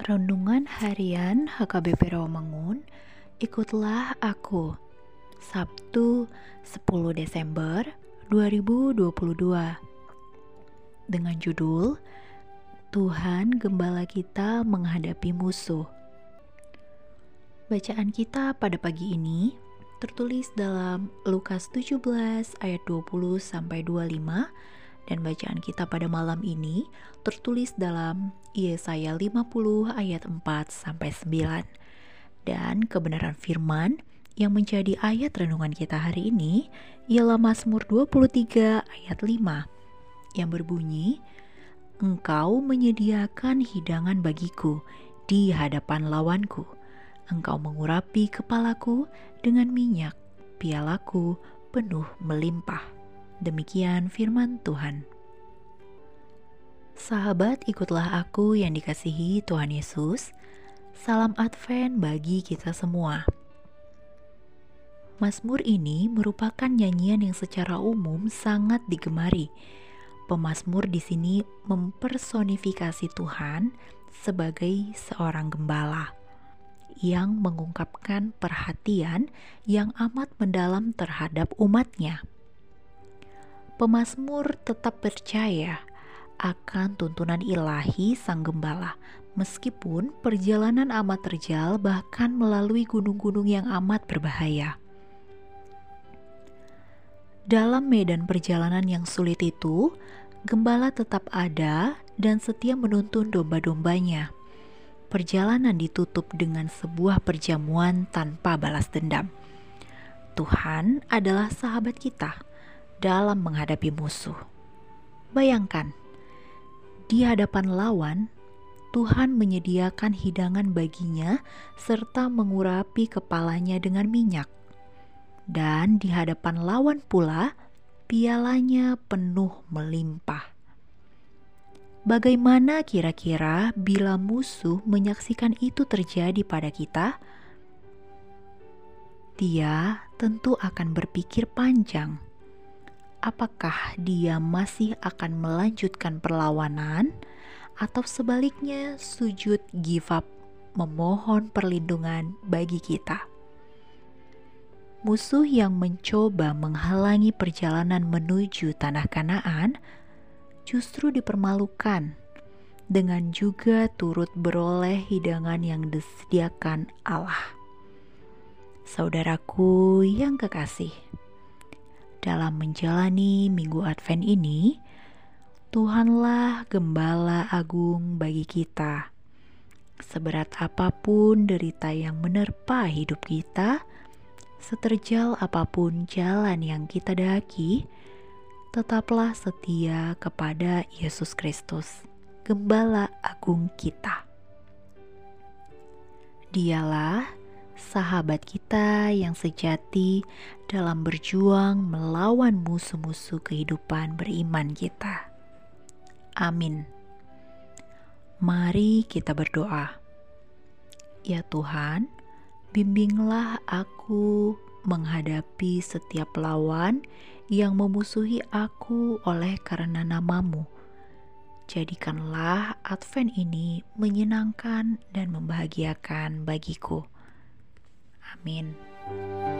Renungan Harian HKBP Rawamangun, ikutlah aku. Sabtu 10 Desember 2022. Dengan judul Tuhan Gembala kita menghadapi musuh. Bacaan kita pada pagi ini tertulis dalam Lukas 17 ayat 20 sampai 25. Dan bacaan kita pada malam ini tertulis dalam Yesaya 50 ayat 4-9. Dan kebenaran firman yang menjadi ayat renungan kita hari ini ialah Mazmur 23 ayat 5 yang berbunyi, Engkau menyediakan hidangan bagiku di hadapan lawanku. Engkau mengurapi kepalaku dengan minyak, pialaku penuh melimpah. Demikian firman Tuhan. Sahabat, ikutlah aku yang dikasihi Tuhan Yesus. Salam Advent bagi kita semua. Mazmur ini merupakan nyanyian yang secara umum sangat digemari. Pemazmur di sini mempersonifikasi Tuhan sebagai seorang gembala yang mengungkapkan perhatian yang amat mendalam terhadap umatnya. Pemazmur tetap percaya akan tuntunan ilahi sang gembala, meskipun perjalanan amat terjal bahkan melalui gunung-gunung yang amat berbahaya. Dalam medan perjalanan yang sulit itu, gembala tetap ada dan setia menuntun domba-dombanya. Perjalanan ditutup dengan sebuah perjamuan tanpa balas dendam. Tuhan adalah sahabat kita dalam menghadapi musuh. Bayangkan, di hadapan lawan, Tuhan menyediakan hidangan baginya serta mengurapi kepalanya dengan minyak. Dan di hadapan lawan pula, pialanya penuh melimpah. Bagaimana kira-kira bila musuh menyaksikan itu terjadi pada kita? Dia tentu akan berpikir panjang. Apakah dia masih akan melanjutkan perlawanan atau sebaliknya sujud give up, memohon perlindungan bagi kita? Musuh yang mencoba menghalangi perjalanan menuju tanah Kanaan justru dipermalukan dengan juga turut beroleh hidangan yang disediakan Allah. Saudaraku yang kekasih, dalam menjalani Minggu Advent ini, Tuhanlah Gembala Agung bagi kita. Seberat apapun derita yang menerpa hidup kita, seterjal apapun jalan yang kita daki, tetaplah setia kepada Yesus Kristus, Gembala Agung kita. Dialah sahabat kita yang sejati dalam berjuang melawan musuh-musuh kehidupan beriman kita. Amin. Mari kita berdoa. Ya Tuhan, bimbinglah aku menghadapi setiap lawan yang memusuhi aku oleh karena nama-Mu. Jadikanlah Advent ini menyenangkan dan membahagiakan bagiku. Amin.